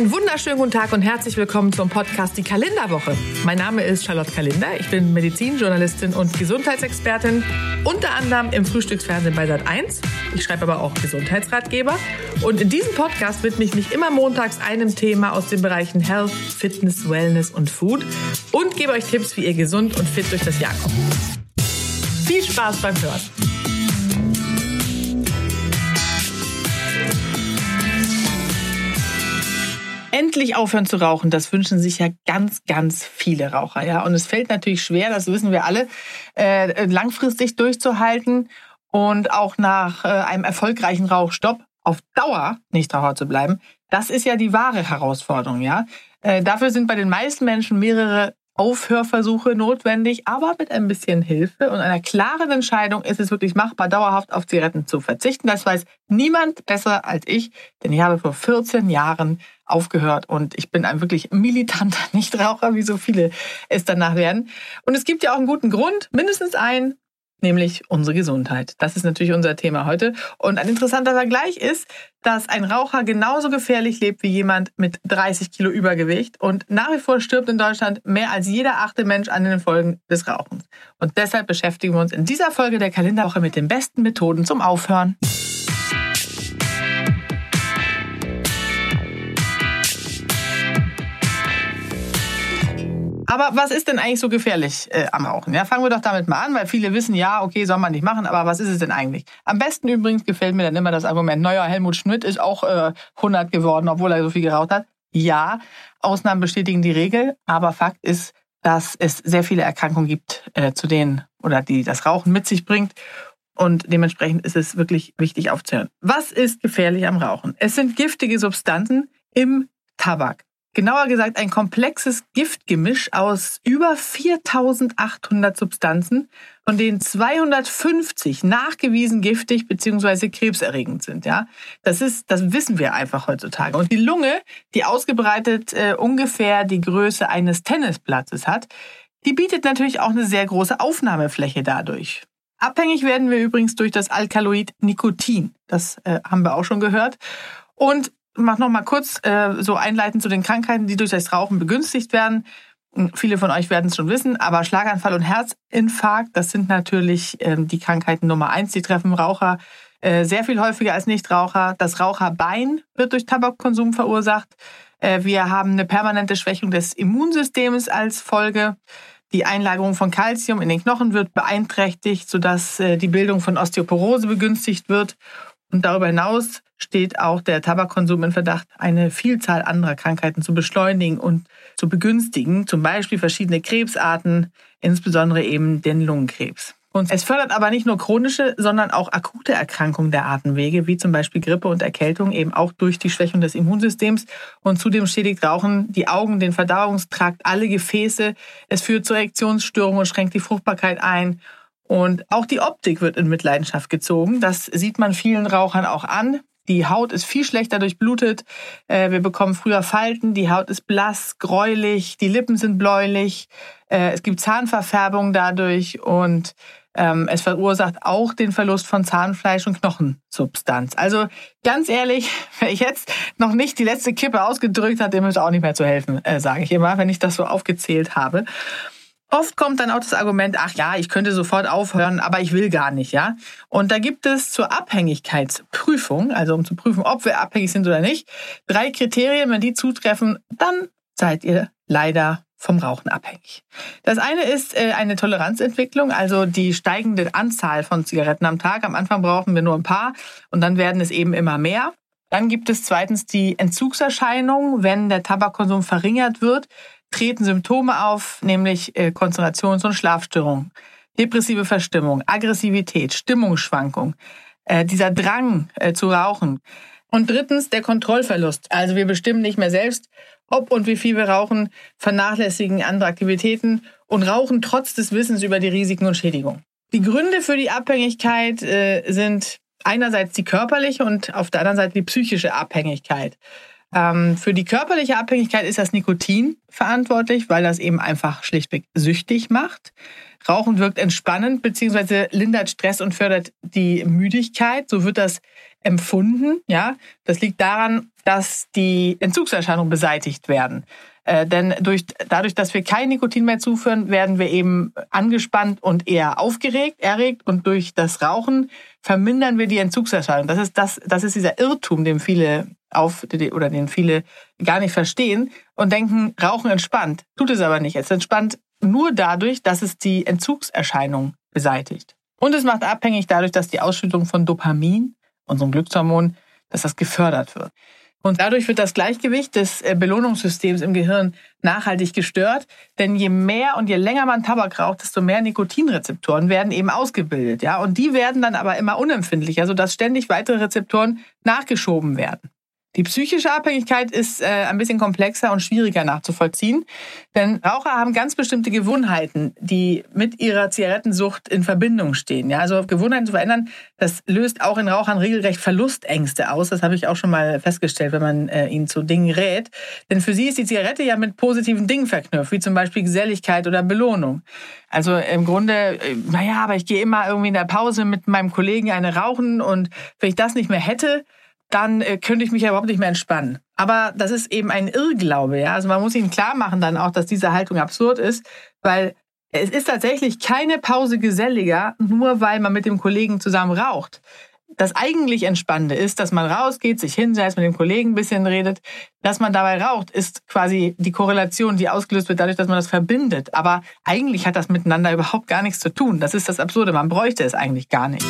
Einen wunderschönen guten Tag und herzlich willkommen zum Podcast Die Kalenderwoche. Mein Name ist Charlotte Kalinder, ich bin Medizinjournalistin und Gesundheitsexpertin, unter anderem im Frühstücksfernsehen bei Sat.1. Ich schreibe aber auch Gesundheitsratgeber und in diesem Podcast widme ich mich immer montags einem Thema aus den Bereichen Health, Fitness, Wellness und Food und gebe euch Tipps, wie ihr gesund und fit durch das Jahr kommt. Viel Spaß beim Hören! Endlich aufhören zu rauchen, das wünschen sich ja ganz, ganz viele Raucher. Ja? Und es fällt natürlich schwer, das wissen wir alle, langfristig durchzuhalten und auch nach einem erfolgreichen Rauchstopp auf Dauer Nichtraucher zu bleiben. Das ist ja die wahre Herausforderung. Ja? Dafür sind bei den meisten Menschen mehrere Aufhörversuche notwendig, aber mit ein bisschen Hilfe und einer klaren Entscheidung ist es wirklich machbar, dauerhaft auf Zigaretten zu verzichten. Das weiß niemand besser als ich, denn ich habe vor 14 Jahren aufgehört und ich bin ein wirklich militanter Nichtraucher, wie so viele es danach werden. Und es gibt ja auch einen guten Grund, mindestens einen, nämlich unsere Gesundheit. Das ist natürlich unser Thema heute. Und ein interessanter Vergleich ist, dass ein Raucher genauso gefährlich lebt wie jemand mit 30 Kilo Übergewicht. Und nach wie vor stirbt in Deutschland mehr als jeder 8. Mensch an den Folgen des Rauchens. Und deshalb beschäftigen wir uns in dieser Folge der Kalenderwoche mit den besten Methoden zum Aufhören. Aber was ist denn eigentlich so gefährlich am Rauchen? Ja, fangen wir doch damit mal an, weil viele wissen, ja, okay, soll man nicht machen, aber was ist es denn eigentlich? Am besten übrigens gefällt mir dann immer das Argument, naja, Helmut Schmidt ist auch 100 geworden, obwohl er so viel geraucht hat. Ja, Ausnahmen bestätigen die Regel, aber Fakt ist, dass es sehr viele Erkrankungen gibt, zu denen oder die das Rauchen mit sich bringt. Und dementsprechend ist es wirklich wichtig aufzuhören. Was ist gefährlich am Rauchen? Es sind giftige Substanzen im Tabak. Genauer gesagt ein komplexes Giftgemisch aus über 4.800 Substanzen, von denen 250 nachgewiesen giftig bzw. krebserregend sind. Ja, das wissen wir einfach heutzutage. Und die Lunge, die ausgebreitet ungefähr die Größe eines Tennisplatzes hat, die bietet natürlich auch eine sehr große Aufnahmefläche dadurch. Abhängig werden wir übrigens durch das Alkaloid Nikotin. Das haben wir auch schon gehört. Und mach noch mal kurz so einleitend zu den Krankheiten, die durch das Rauchen begünstigt werden. Viele von euch werden es schon wissen, aber Schlaganfall und Herzinfarkt, das sind natürlich die Krankheiten Nummer 1. Die treffen Raucher sehr viel häufiger als Nichtraucher. Das Raucherbein wird durch Tabakkonsum verursacht. Wir haben eine permanente Schwächung des Immunsystems als Folge. Die Einlagerung von Kalzium in den Knochen wird beeinträchtigt, sodass die Bildung von Osteoporose begünstigt wird. Und darüber hinaus steht auch der Tabakkonsum in Verdacht, eine Vielzahl anderer Krankheiten zu beschleunigen und zu begünstigen, zum Beispiel verschiedene Krebsarten, insbesondere eben den Lungenkrebs. Und es fördert aber nicht nur chronische, sondern auch akute Erkrankungen der Atemwege, wie zum Beispiel Grippe und Erkältung, eben auch durch die Schwächung des Immunsystems. Und zudem schädigt Rauchen die Augen, den Verdauungstrakt, alle Gefäße. Es führt zu Erektionsstörungen und schränkt die Fruchtbarkeit ein. Und auch die Optik wird in Mitleidenschaft gezogen. Das sieht man vielen Rauchern auch an. Die Haut ist viel schlechter durchblutet. Wir bekommen früher Falten. Die Haut ist blass, gräulich. Die Lippen sind bläulich. Es gibt Zahnverfärbung dadurch. Und es verursacht auch den Verlust von Zahnfleisch und Knochensubstanz. Also ganz ehrlich, wer jetzt noch nicht die letzte Kippe ausgedrückt hat, dem ist auch nicht mehr zu helfen, sage ich immer, wenn ich das so aufgezählt habe. Oft kommt dann auch das Argument, ach ja, ich könnte sofort aufhören, aber ich will gar nicht, ja. Und da gibt es zur Abhängigkeitsprüfung, also um zu prüfen, ob wir abhängig sind oder nicht, 3 Kriterien. Wenn die zutreffen, dann seid ihr leider vom Rauchen abhängig. Das eine ist eine Toleranzentwicklung, also die steigende Anzahl von Zigaretten am Tag. Am Anfang brauchen wir nur ein paar und dann werden es eben immer mehr. Dann gibt es zweitens die Entzugserscheinung, wenn der Tabakkonsum verringert wird, treten Symptome auf, nämlich Konzentrations- und Schlafstörungen, depressive Verstimmung, Aggressivität, Stimmungsschwankung, dieser Drang zu rauchen. Und drittens der Kontrollverlust. Also wir bestimmen nicht mehr selbst, ob und wie viel wir rauchen, vernachlässigen andere Aktivitäten und rauchen trotz des Wissens über die Risiken und Schädigungen. Die Gründe für die Abhängigkeit sind einerseits die körperliche und auf der anderen Seite die psychische Abhängigkeit. Für die körperliche Abhängigkeit ist das Nikotin verantwortlich, weil das eben einfach schlichtweg süchtig macht. Rauchen wirkt entspannend bzw. lindert Stress und fördert die Müdigkeit. So wird das empfunden. Ja, das liegt daran, dass die Entzugserscheinungen beseitigt werden. Denn dadurch, dass wir kein Nikotin mehr zuführen, werden wir eben angespannt und eher erregt. Und durch das Rauchen vermindern wir die Entzugserscheinung. Das ist dieser Irrtum, den viele gar nicht verstehen und denken, Rauchen entspannt. Tut es aber nicht. Es entspannt nur dadurch, dass es die Entzugserscheinung beseitigt. Und es macht abhängig dadurch, dass die Ausschüttung von Dopamin, unserem Glückshormon, dass das gefördert wird. Und dadurch wird das Gleichgewicht des Belohnungssystems im Gehirn nachhaltig gestört. Denn je mehr und je länger man Tabak raucht, desto mehr Nikotinrezeptoren werden eben ausgebildet. Ja? Und die werden dann aber immer unempfindlicher, sodass ständig weitere Rezeptoren nachgeschoben werden. Die psychische Abhängigkeit ist ein bisschen komplexer und schwieriger nachzuvollziehen, denn Raucher haben ganz bestimmte Gewohnheiten, die mit ihrer Zigarettensucht in Verbindung stehen. Ja, also Gewohnheiten zu verändern, das löst auch in Rauchern regelrecht Verlustängste aus. Das habe ich auch schon mal festgestellt, wenn man ihnen zu Dingen rät. Denn für sie ist die Zigarette ja mit positiven Dingen verknüpft, wie zum Beispiel Geselligkeit oder Belohnung. Also im Grunde, aber ich gehe immer irgendwie in der Pause mit meinem Kollegen eine rauchen und wenn ich das nicht mehr hätte, dann könnte ich mich ja überhaupt nicht mehr entspannen. Aber das ist eben ein Irrglaube. Ja? Also man muss ihnen klar machen dann auch, dass diese Haltung absurd ist, weil es ist tatsächlich keine Pause geselliger, nur weil man mit dem Kollegen zusammen raucht. Das eigentlich Entspannende ist, dass man rausgeht, sich hinsetzt, mit dem Kollegen ein bisschen redet. Dass man dabei raucht, ist quasi die Korrelation, die ausgelöst wird dadurch, dass man das verbindet. Aber eigentlich hat das miteinander überhaupt gar nichts zu tun. Das ist das Absurde. Man bräuchte es eigentlich gar nicht.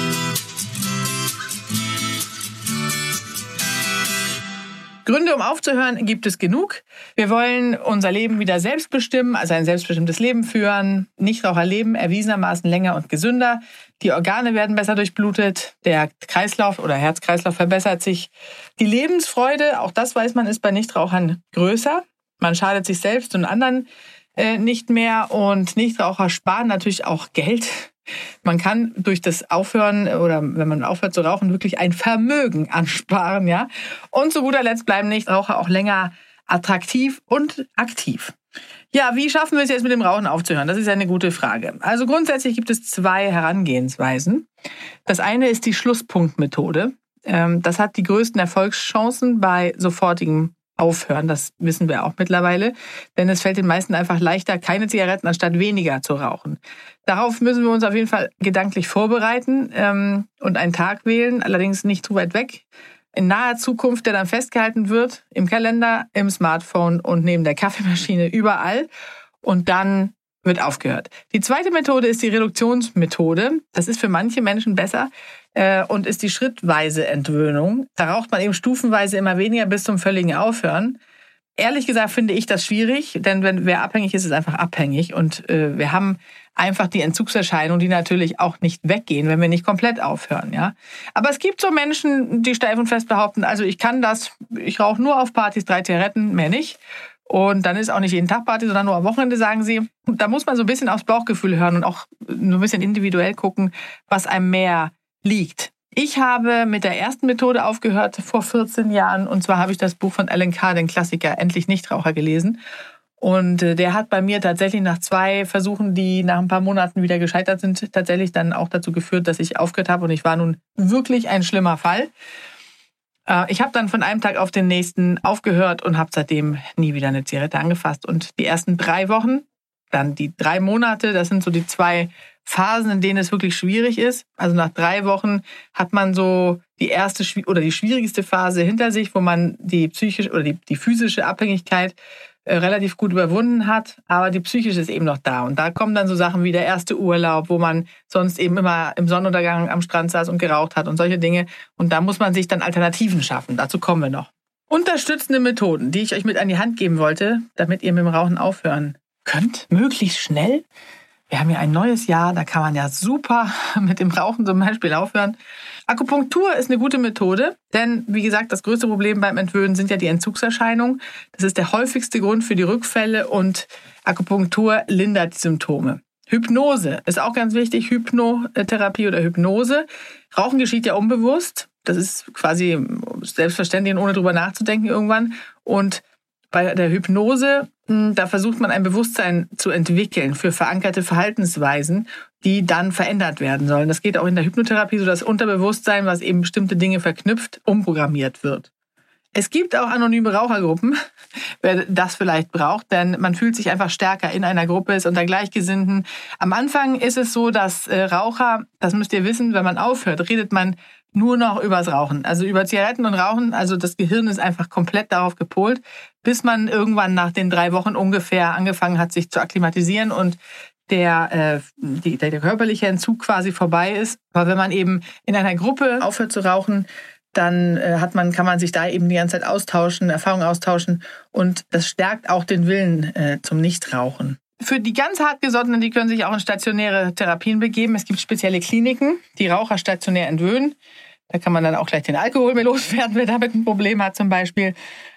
Gründe, um aufzuhören, gibt es genug. Wir wollen unser Leben wieder selbst bestimmen, also ein selbstbestimmtes Leben führen. Nichtraucher leben erwiesenermaßen länger und gesünder. Die Organe werden besser durchblutet. Der Kreislauf oder Herz-Kreislauf verbessert sich. Die Lebensfreude, auch das weiß man, ist bei Nichtrauchern größer. Man schadet sich selbst und anderen nicht mehr. Und Nichtraucher sparen natürlich auch Geld. Man kann durch das Aufhören oder wenn man aufhört zu rauchen, wirklich ein Vermögen ansparen, ja. Und zu guter Letzt bleiben Nichtraucher auch länger attraktiv und aktiv. Ja, wie schaffen wir es jetzt mit dem Rauchen aufzuhören? Das ist eine gute Frage. Also grundsätzlich gibt es 2 Herangehensweisen. Das eine ist die Schlusspunktmethode. Das hat die größten Erfolgschancen bei sofortigem Aufhören. Das wissen wir auch mittlerweile. Denn es fällt den meisten einfach leichter, keine Zigaretten anstatt weniger zu rauchen. Darauf müssen wir uns auf jeden Fall gedanklich vorbereiten und einen Tag wählen, allerdings nicht zu weit weg. In naher Zukunft, der dann festgehalten wird, im Kalender, im Smartphone und neben der Kaffeemaschine, überall. Und dann wird aufgehört. Die zweite Methode ist die Reduktionsmethode. Das ist für manche Menschen besser und ist die schrittweise Entwöhnung. Da raucht man eben stufenweise immer weniger bis zum völligen Aufhören. Ehrlich gesagt finde ich das schwierig, denn wer abhängig ist, ist einfach abhängig. Und wir haben einfach die Entzugserscheinungen, die natürlich auch nicht weggehen, wenn wir nicht komplett aufhören. Ja? Aber es gibt so Menschen, die steif und fest behaupten, also ich kann das, ich rauche nur auf Partys 3 Zigaretten, mehr nicht. Und dann ist auch nicht jeden Tag Party, sondern nur am Wochenende, sagen sie. Da muss man so ein bisschen aufs Bauchgefühl hören und auch so ein bisschen individuell gucken, was einem mehr liegt. Ich habe mit der ersten Methode aufgehört vor 14 Jahren. Und zwar habe ich das Buch von Alan Carr, den Klassiker Endlich Nichtraucher, gelesen. Und der hat bei mir tatsächlich nach 2 Versuchen, die nach ein paar Monaten wieder gescheitert sind, tatsächlich dann auch dazu geführt, dass ich aufgehört habe. Und ich war nun wirklich ein schlimmer Fall. Ich habe dann von einem Tag auf den nächsten aufgehört und habe seitdem nie wieder eine Zigarette angefasst. Und die ersten 3 Wochen, dann die 3 Monate, das sind so die 2 Phasen, in denen es wirklich schwierig ist. Also nach 3 Wochen hat man so die erste oder die schwierigste Phase hinter sich, wo man die psychische oder die physische Abhängigkeit relativ gut überwunden hat, aber die psychische ist eben noch da. Und da kommen dann so Sachen wie der erste Urlaub, wo man sonst eben immer im Sonnenuntergang am Strand saß und geraucht hat und solche Dinge. Und da muss man sich dann Alternativen schaffen. Dazu kommen wir noch. Unterstützende Methoden, die ich euch mit an die Hand geben wollte, damit ihr mit dem Rauchen aufhören könnt, möglichst schnell. Wir haben ja ein neues Jahr, da kann man ja super mit dem Rauchen zum Beispiel aufhören. Akupunktur ist eine gute Methode, denn wie gesagt, das größte Problem beim Entwöhnen sind ja die Entzugserscheinungen. Das ist der häufigste Grund für die Rückfälle und Akupunktur lindert die Symptome. Hypnose ist auch ganz wichtig, Hypnotherapie oder Hypnose. Rauchen geschieht ja unbewusst. Das ist quasi selbstverständlich, ohne drüber nachzudenken irgendwann. Und bei der Hypnose, da versucht man ein Bewusstsein zu entwickeln für verankerte Verhaltensweisen, die dann verändert werden sollen. Das geht auch in der Hypnotherapie so, dass Unterbewusstsein, was eben bestimmte Dinge verknüpft, umprogrammiert wird. Es gibt auch anonyme Rauchergruppen, wer das vielleicht braucht, denn man fühlt sich einfach stärker in einer Gruppe, ist unter Gleichgesinnten. Am Anfang ist es so, dass Raucher, das müsst ihr wissen, wenn man aufhört, redet man nur noch übers Rauchen. Also über Zigaretten und Rauchen, also das Gehirn ist einfach komplett darauf gepolt, bis man irgendwann nach den 3 Wochen ungefähr angefangen hat, sich zu akklimatisieren und der körperliche Entzug quasi vorbei ist. Aber wenn man eben in einer Gruppe aufhört zu rauchen, dann kann man sich da eben die ganze Zeit austauschen, Erfahrungen austauschen und das stärkt auch den Willen zum Nichtrauchen. Für die ganz Hartgesottenen, die können sich auch in stationäre Therapien begeben. Es gibt spezielle Kliniken, die Raucher stationär entwöhnen. Da kann man dann auch gleich den Alkohol mehr loswerden, wer damit ein Problem hat zum Beispiel.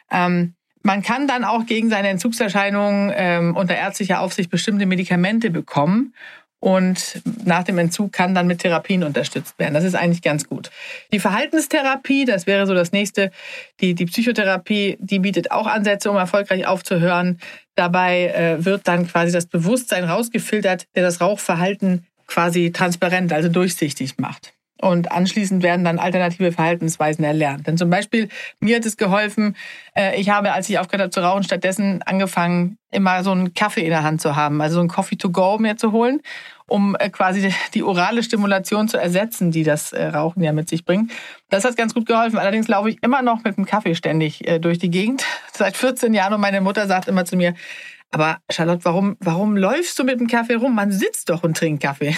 Man kann dann auch gegen seine Entzugserscheinungen unter ärztlicher Aufsicht bestimmte Medikamente bekommen. Und nach dem Entzug kann dann mit Therapien unterstützt werden. Das ist eigentlich ganz gut. Die Verhaltenstherapie, das wäre so das nächste. Die Psychotherapie, die bietet auch Ansätze, um erfolgreich aufzuhören. Dabei wird dann quasi das Bewusstsein rausgefiltert, der das Rauchverhalten quasi transparent, also durchsichtig macht. Und anschließend werden dann alternative Verhaltensweisen erlernt. Denn zum Beispiel, mir hat es geholfen, ich habe, als ich aufgehört habe zu rauchen, stattdessen angefangen, immer so einen Kaffee in der Hand zu haben, also so einen Coffee to go mir zu holen, um quasi die orale Stimulation zu ersetzen, die das Rauchen ja mit sich bringt. Das hat ganz gut geholfen. Allerdings laufe ich immer noch mit dem Kaffee ständig durch die Gegend, seit 14 Jahren. Und meine Mutter sagt immer zu mir, aber Charlotte, warum läufst du mit dem Kaffee rum? Man sitzt doch und trinkt Kaffee.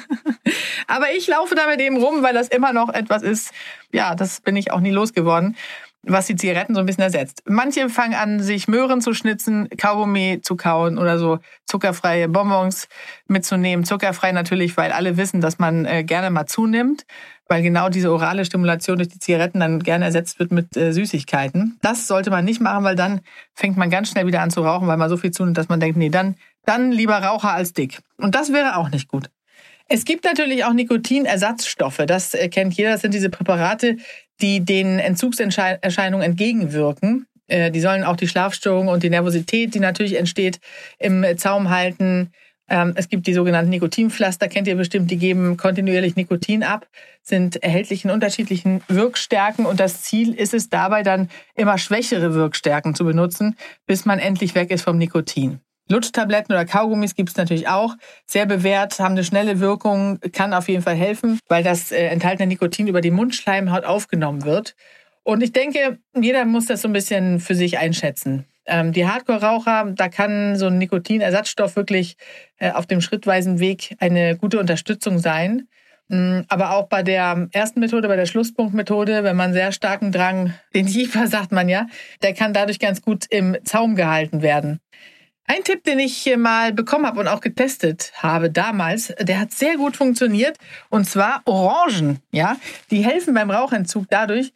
Aber ich laufe damit eben rum, weil das immer noch etwas ist, ja, das bin ich auch nie losgeworden, was die Zigaretten so ein bisschen ersetzt. Manche fangen an, sich Möhren zu schnitzen, Kaugummi zu kauen oder so zuckerfreie Bonbons mitzunehmen. Zuckerfrei natürlich, weil alle wissen, dass man gerne mal zunimmt, weil genau diese orale Stimulation durch die Zigaretten dann gerne ersetzt wird mit Süßigkeiten. Das sollte man nicht machen, weil dann fängt man ganz schnell wieder an zu rauchen, weil man so viel zunimmt, dass man denkt, nee, dann lieber Raucher als dick. Und das wäre auch nicht gut. Es gibt natürlich auch Nikotinersatzstoffe. Das kennt jeder. Das sind diese Präparate, die den Entzugserscheinungen entgegenwirken. Die sollen auch die Schlafstörungen und die Nervosität, die natürlich entsteht, im Zaum halten. Es gibt die sogenannten Nikotinpflaster, kennt ihr bestimmt, die geben kontinuierlich Nikotin ab, sind erhältlich in unterschiedlichen Wirkstärken und das Ziel ist es dabei dann immer schwächere Wirkstärken zu benutzen, bis man endlich weg ist vom Nikotin. Lutschtabletten oder Kaugummis gibt es natürlich auch, sehr bewährt, haben eine schnelle Wirkung, kann auf jeden Fall helfen, weil das enthaltene Nikotin über die Mundschleimhaut aufgenommen wird. Und ich denke, jeder muss das so ein bisschen für sich einschätzen. Die Hardcore-Raucher, da kann so ein Nikotinersatzstoff wirklich auf dem schrittweisen Weg eine gute Unterstützung sein. Aber auch bei der ersten Methode, bei der Schlusspunktmethode, wenn man sehr starken Drang, den Jeeper sagt man ja, der kann dadurch ganz gut im Zaum gehalten werden. Ein Tipp, den ich mal bekommen habe und auch getestet habe damals, der hat sehr gut funktioniert. Und zwar Orangen. Ja, die helfen beim Rauchentzug dadurch,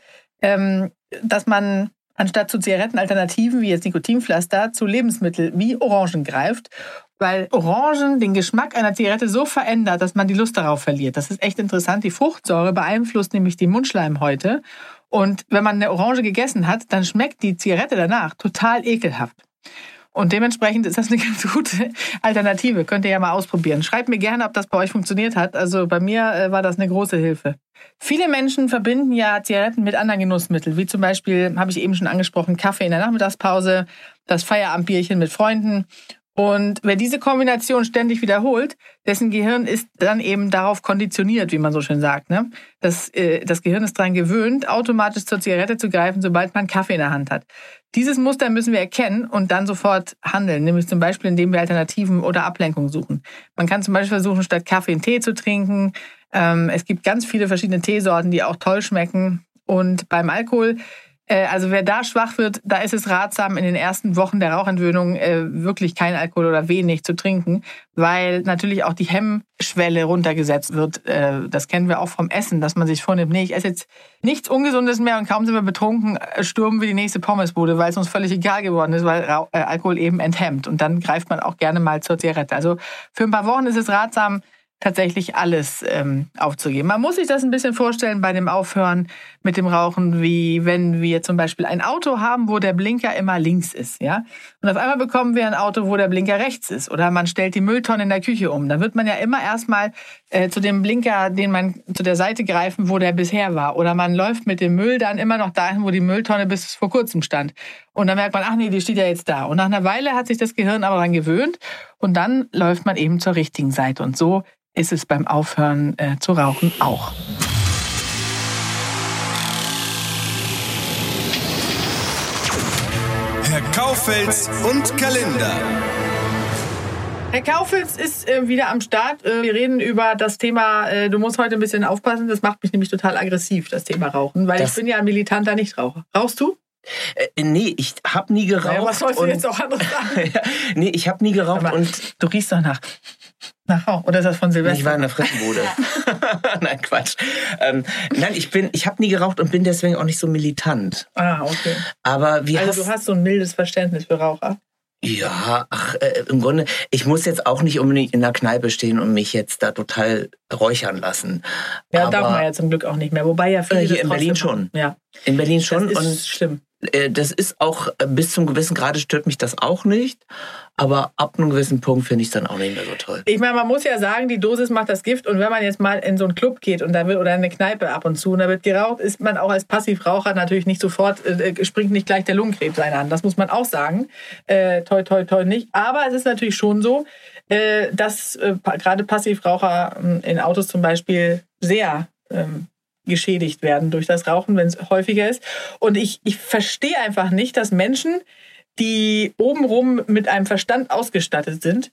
dass man anstatt zu Zigarettenalternativen wie jetzt Nikotinpflaster zu Lebensmitteln wie Orangen greift, weil Orangen den Geschmack einer Zigarette so verändert, dass man die Lust darauf verliert. Das ist echt interessant. Die Fruchtsäure beeinflusst nämlich die Mundschleimhäute. Und wenn man eine Orange gegessen hat, dann schmeckt die Zigarette danach total ekelhaft. Und dementsprechend ist das eine ganz gute Alternative. Könnt ihr ja mal ausprobieren. Schreibt mir gerne, ob das bei euch funktioniert hat. Also bei mir war das eine große Hilfe. Viele Menschen verbinden ja Zigaretten mit anderen Genussmitteln, wie zum Beispiel, habe ich eben schon angesprochen, Kaffee in der Nachmittagspause, das Feierabendbierchen mit Freunden. Und wer diese Kombination ständig wiederholt, dessen Gehirn ist dann eben darauf konditioniert, wie man so schön sagt. Ne? Das Gehirn ist daran gewöhnt, automatisch zur Zigarette zu greifen, sobald man Kaffee in der Hand hat. Dieses Muster müssen wir erkennen und dann sofort handeln, nämlich zum Beispiel, indem wir Alternativen oder Ablenkungen suchen. Man kann zum Beispiel versuchen, statt Kaffee einen Tee zu trinken. Es gibt ganz viele verschiedene Teesorten, die auch toll schmecken. Und beim Alkohol Also wer da schwach wird, da ist es ratsam, in den ersten Wochen der Rauchentwöhnung wirklich kein Alkohol oder wenig zu trinken, weil natürlich auch die Hemmschwelle runtergesetzt wird. Das kennen wir auch vom Essen, dass man sich vornimmt, nee, ich esse jetzt nichts Ungesundes mehr und kaum sind wir betrunken, stürmen wir die nächste Pommesbude, weil es uns völlig egal geworden ist, weil Alkohol eben enthemmt. Und dann greift man auch gerne mal zur Zigarette. Also für ein paar Wochen ist es ratsam, tatsächlich alles aufzugeben. Man muss sich das ein bisschen vorstellen bei dem Aufhören mit dem Rauchen, wie wenn wir zum Beispiel ein Auto haben, wo der Blinker immer links ist, ja. Und auf einmal bekommen wir ein Auto, wo der Blinker rechts ist. Oder man stellt die Mülltonne in der Küche um. Dann wird man ja immer erstmal zu dem Blinker, den man zu der Seite greifen, wo der bisher war. Oder man läuft mit dem Müll dann immer noch dahin, wo die Mülltonne bis vor kurzem stand. Und dann merkt man, ach nee, die steht ja jetzt da. Und nach einer Weile hat sich das Gehirn aber daran gewöhnt. Und dann läuft man eben zur richtigen Seite. Und so ist es beim Aufhören zu rauchen auch. Herr Kaufels und Kalender. Herr Kaufels ist wieder am Start. Wir reden über das Thema, du musst heute ein bisschen aufpassen, das macht mich nämlich total aggressiv, das Thema Rauchen, weil ich bin ja ein militanter Nichtraucher. Rauchst du? Nee, ich habe nie geraucht. Ja, was sollst du jetzt auch anderes sagen? Ja, nee, ich habe nie geraucht. Aber und du riechst doch nach Rauch. Oder ist das von Silvester? Ich war in der Frittenbude. Nein, Quatsch. Nein, ich habe nie geraucht und bin deswegen auch nicht so militant. Ah, okay. Aber du hast so ein mildes Verständnis für Raucher? Ja, im Grunde, ich muss jetzt auch nicht unbedingt in der Kneipe stehen und mich jetzt da total räuchern lassen. Ja, aber darf man ja zum Glück auch nicht mehr. Wobei ja viele hier in Berlin schon. Ja. In Berlin schon. Das ist schlimm. Das ist auch, bis zum gewissen Grade stört mich das auch nicht. Aber ab einem gewissen Punkt finde ich es dann auch nicht mehr so toll. Ich meine, man muss ja sagen, die Dosis macht das Gift. Und wenn man jetzt mal in so einen Club geht und da wird, oder in eine Kneipe ab und zu und da wird geraucht, ist man auch als Passivraucher natürlich nicht sofort, springt nicht gleich der Lungenkrebs an. Das muss man auch sagen. Toi, toi, toi nicht. Aber es ist natürlich schon so, dass gerade Passivraucher in Autos zum Beispiel sehr geschädigt werden durch das Rauchen, wenn es häufiger ist. Und ich verstehe einfach nicht, dass Menschen, die obenrum mit einem Verstand ausgestattet sind,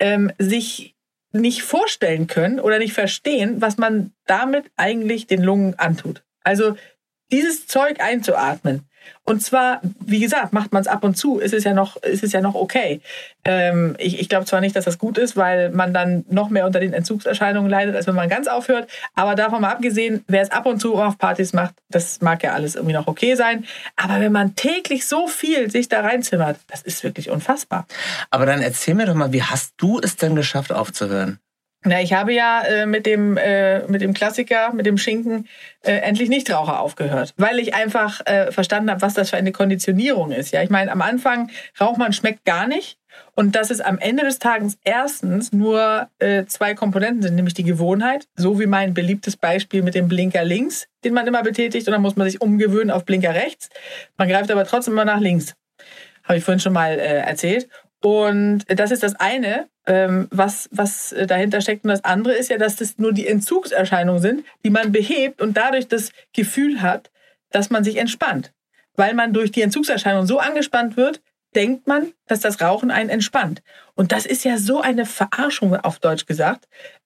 sich nicht vorstellen können oder nicht verstehen, was man damit eigentlich den Lungen antut. Also dieses Zeug einzuatmen. Und zwar, wie gesagt, macht man es ab und zu, ist es ja noch okay. Ich glaube zwar nicht, dass das gut ist, weil man dann noch mehr unter den Entzugserscheinungen leidet, als wenn man ganz aufhört. Aber davon mal abgesehen, wer es ab und zu auf Partys macht, das mag ja alles irgendwie noch okay sein. Aber wenn man täglich so viel sich da reinzimmert, das ist wirklich unfassbar. Aber dann erzähl mir doch mal, wie hast du es denn geschafft aufzuhören? Na, ich habe ja mit dem Klassiker, mit dem Schinken, endlich Nichtraucher aufgehört. Weil ich einfach verstanden habe, was das für eine Konditionierung ist. Ja, ich meine, am Anfang, Rauchmann schmeckt gar nicht. Und dass es am Ende des Tages erstens nur 2 Komponenten sind, nämlich die Gewohnheit, so wie mein beliebtes Beispiel mit dem Blinker links, den man immer betätigt. Und dann muss man sich umgewöhnen auf Blinker rechts. Man greift aber trotzdem immer nach links. Habe ich vorhin schon mal erzählt. Und das ist das eine, was dahinter steckt. Und das andere ist ja, dass das nur die Entzugserscheinungen sind, die man behebt und dadurch das Gefühl hat, dass man sich entspannt. Weil man durch die Entzugserscheinungen so angespannt wird, denkt man, dass das Rauchen einen entspannt. Und das ist ja so eine Verarschung, auf Deutsch gesagt,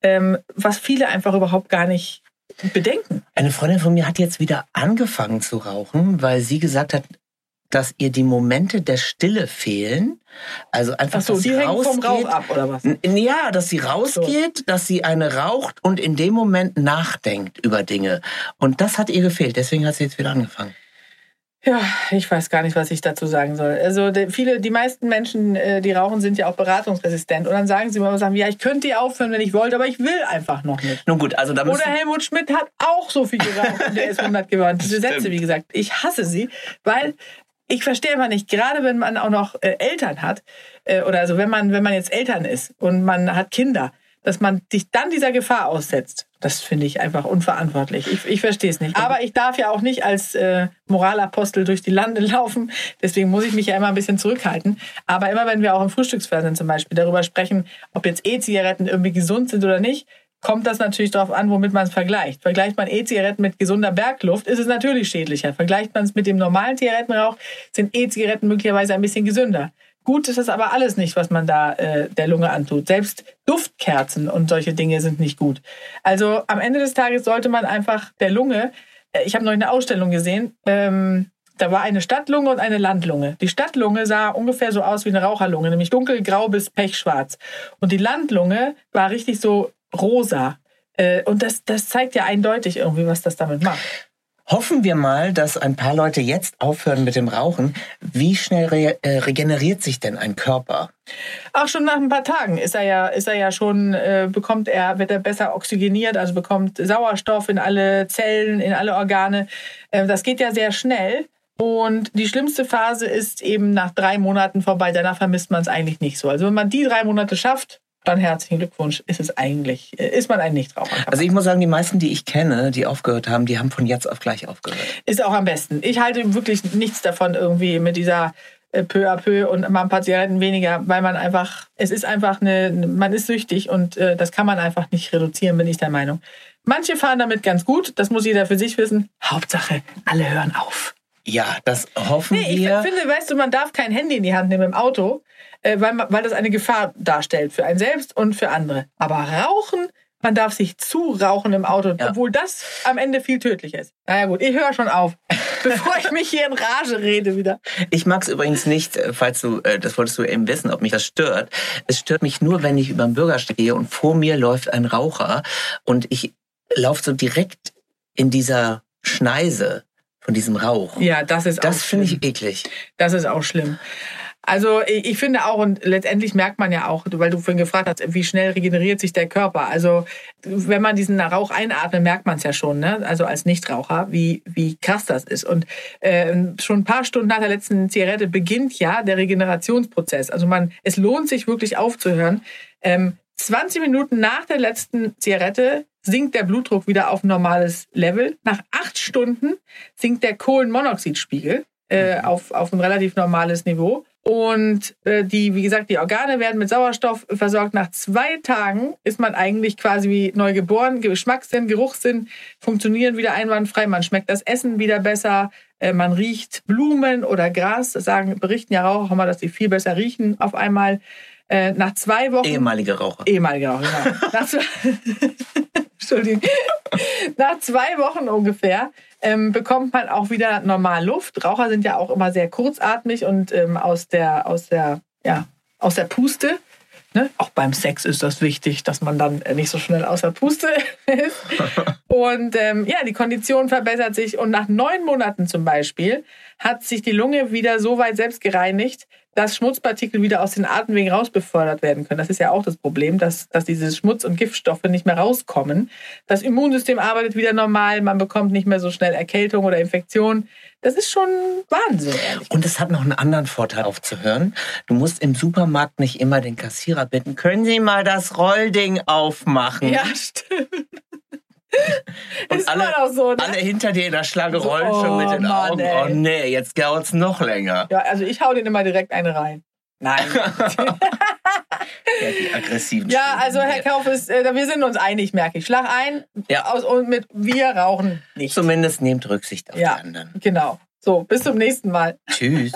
was viele einfach überhaupt gar nicht bedenken. Eine Freundin von mir hat jetzt wieder angefangen zu rauchen, weil sie gesagt hat, dass ihr die Momente der Stille fehlen. Also einfach, dass sie hängen vom Rauch ab, oder was? Ja, dass sie rausgeht, dass sie eine raucht und in dem Moment nachdenkt über Dinge. Und das hat ihr gefehlt, deswegen hat sie jetzt wieder angefangen. Ja, ich weiß gar nicht, was ich dazu sagen soll. Also die meisten Menschen, die rauchen, sind ja auch beratungsresistent. Und dann sagen sie immer, ja, ich könnte die aufhören, wenn ich wollte, aber ich will einfach noch nicht. Nun gut, also da Oder Helmut Schmidt hat auch so viel geraucht und der ist 100 geworden. Diese Sätze, wie gesagt, ich hasse sie, weil ich verstehe einfach nicht, gerade wenn man auch noch Eltern hat, oder also wenn man jetzt Eltern ist und man hat Kinder, dass man sich dann dieser Gefahr aussetzt. Das finde ich einfach unverantwortlich. Ich verstehe es nicht. Aber ich darf ja auch nicht als Moralapostel durch die Lande laufen. Deswegen muss ich mich ja immer ein bisschen zurückhalten. Aber immer, wenn wir auch im Frühstücksfernsehen zum Beispiel darüber sprechen, ob jetzt E-Zigaretten irgendwie gesund sind oder nicht, kommt das natürlich darauf an, womit man es vergleicht. Vergleicht man E-Zigaretten mit gesunder Bergluft, ist es natürlich schädlicher. Vergleicht man es mit dem normalen Zigarettenrauch, sind E-Zigaretten möglicherweise ein bisschen gesünder. Gut ist das aber alles nicht, was man da der Lunge antut. Selbst Duftkerzen und solche Dinge sind nicht gut. Also am Ende des Tages sollte man einfach der Lunge, ich habe noch eine Ausstellung gesehen, Da war eine Stadtlunge und eine Landlunge. Die Stadtlunge sah ungefähr so aus wie eine Raucherlunge, nämlich dunkelgrau bis pechschwarz. Und die Landlunge war richtig so rosa. Und das zeigt ja eindeutig irgendwie, was das damit macht. Hoffen wir mal, dass ein paar Leute jetzt aufhören mit dem Rauchen. Wie schnell regeneriert sich denn ein Körper? Auch schon nach ein paar Tagen wird er besser oxygeniert, also bekommt Sauerstoff in alle Zellen, in alle Organe. Das geht ja sehr schnell. Und die schlimmste Phase ist eben nach 3 Monaten vorbei. Danach vermisst man es eigentlich nicht so. Also wenn man die 3 Monate schafft, dann herzlichen Glückwunsch, ist man ein Nichtraucher. Also ich muss sagen, die meisten, die ich kenne, die aufgehört haben, die haben von jetzt auf gleich aufgehört. Ist auch am besten. Ich halte wirklich nichts davon irgendwie mit dieser peu à peu und mal ein paar Zigaretten weniger, weil man ist süchtig und das kann man einfach nicht reduzieren, bin ich der Meinung. Manche fahren damit ganz gut, das muss jeder für sich wissen. Hauptsache, alle hören auf. Ja, das hoffen wir. Ich finde, weißt du, man darf kein Handy in die Hand nehmen im Auto, weil das eine Gefahr darstellt für einen selbst und für andere. Aber rauchen, man darf sich zurauchen im Auto, obwohl das am Ende viel tödlicher ist. Naja gut, ich höre schon auf, bevor ich mich hier in Rage rede wieder. Ich mag es übrigens nicht, falls du, das wolltest du eben wissen, ob mich das stört. Es stört mich nur, wenn ich über den Bürgersteig gehe und vor mir läuft ein Raucher und ich laufe so direkt in dieser Schneise von diesem Rauch. Ja, das finde ich eklig. Das ist auch schlimm. Also ich finde auch, und letztendlich merkt man ja auch, weil du vorhin gefragt hast, wie schnell regeneriert sich der Körper. Also wenn man diesen Rauch einatmet, merkt man es ja schon, ne? Also als Nichtraucher, wie krass das ist. Und schon ein paar Stunden nach der letzten Zigarette beginnt ja der Regenerationsprozess. Also es lohnt sich wirklich aufzuhören. 20 Minuten nach der letzten Zigarette sinkt der Blutdruck wieder auf ein normales Level. Nach 8 Stunden sinkt der Kohlenmonoxidspiegel auf ein relativ normales Niveau. Und wie gesagt, die Organe werden mit Sauerstoff versorgt. Nach 2 Tagen ist man eigentlich quasi wie neu geboren. Geschmackssinn, Geruchssinn funktionieren wieder einwandfrei. Man schmeckt das Essen wieder besser. Man riecht Blumen oder Gras. Das berichten ja Raucher auch mal, dass sie viel besser riechen auf einmal. Nach 2 Wochen... Ehemalige Raucher, genau. Entschuldigung. Nach 2 Wochen ungefähr bekommt man auch wieder normal Luft. Raucher sind ja auch immer sehr kurzatmig und aus der Puste. Ne? Auch beim Sex ist das wichtig, dass man dann nicht so schnell aus der Puste ist. Und die Kondition verbessert sich. Und nach 9 Monaten zum Beispiel hat sich die Lunge wieder so weit selbst gereinigt, dass Schmutzpartikel wieder aus den Atemwegen rausbefördert werden können. Das ist ja auch das Problem, dass diese Schmutz- und Giftstoffe nicht mehr rauskommen. Das Immunsystem arbeitet wieder normal, man bekommt nicht mehr so schnell Erkältung oder Infektion. Das ist schon Wahnsinn, ehrlich. Und es hat noch einen anderen Vorteil aufzuhören. Du musst im Supermarkt nicht immer den Kassierer bitten, können Sie mal das Rollding aufmachen? Ja, stimmt. Und ist alle, auch so, ne? Alle hinter dir in der Schlange rollen schon mit den Augen. Ey. Oh nee, jetzt dauert es noch länger. Ja, also ich hau den immer direkt eine rein. Nein. Ja, die aggressiven Ja, also Herr Kaufes, wir sind uns einig, merke ich. Schlag ein, und wir rauchen nicht. Zumindest nehmt Rücksicht auf die anderen. Genau. So, bis zum nächsten Mal. Tschüss.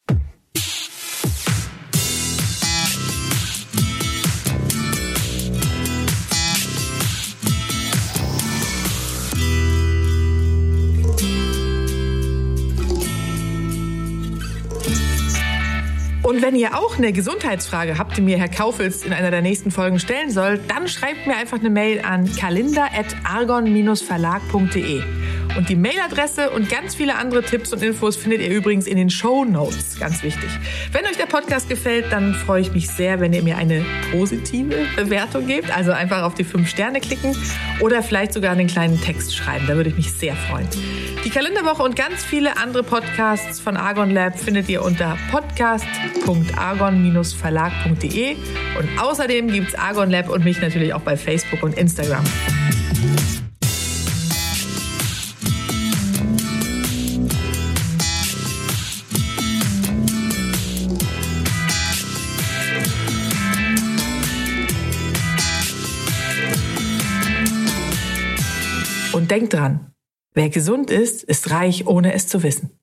Und wenn ihr auch eine Gesundheitsfrage habt, die mir Herr Kaufels in einer der nächsten Folgen stellen soll, dann schreibt mir einfach eine Mail an kalender@argon-verlag.de. Und die Mailadresse und ganz viele andere Tipps und Infos findet ihr übrigens in den Shownotes. Ganz wichtig. Wenn euch der Podcast gefällt, dann freue ich mich sehr, wenn ihr mir eine positive Bewertung gebt. Also einfach auf die 5 Sterne klicken oder vielleicht sogar einen kleinen Text schreiben. Da würde ich mich sehr freuen. Die Kalenderwoche und ganz viele andere Podcasts von Argon Lab findet ihr unter podcast.argon-verlag.de. Und außerdem gibt's Argon Lab und mich natürlich auch bei Facebook und Instagram. Und denkt dran, wer gesund ist, ist reich, ohne es zu wissen.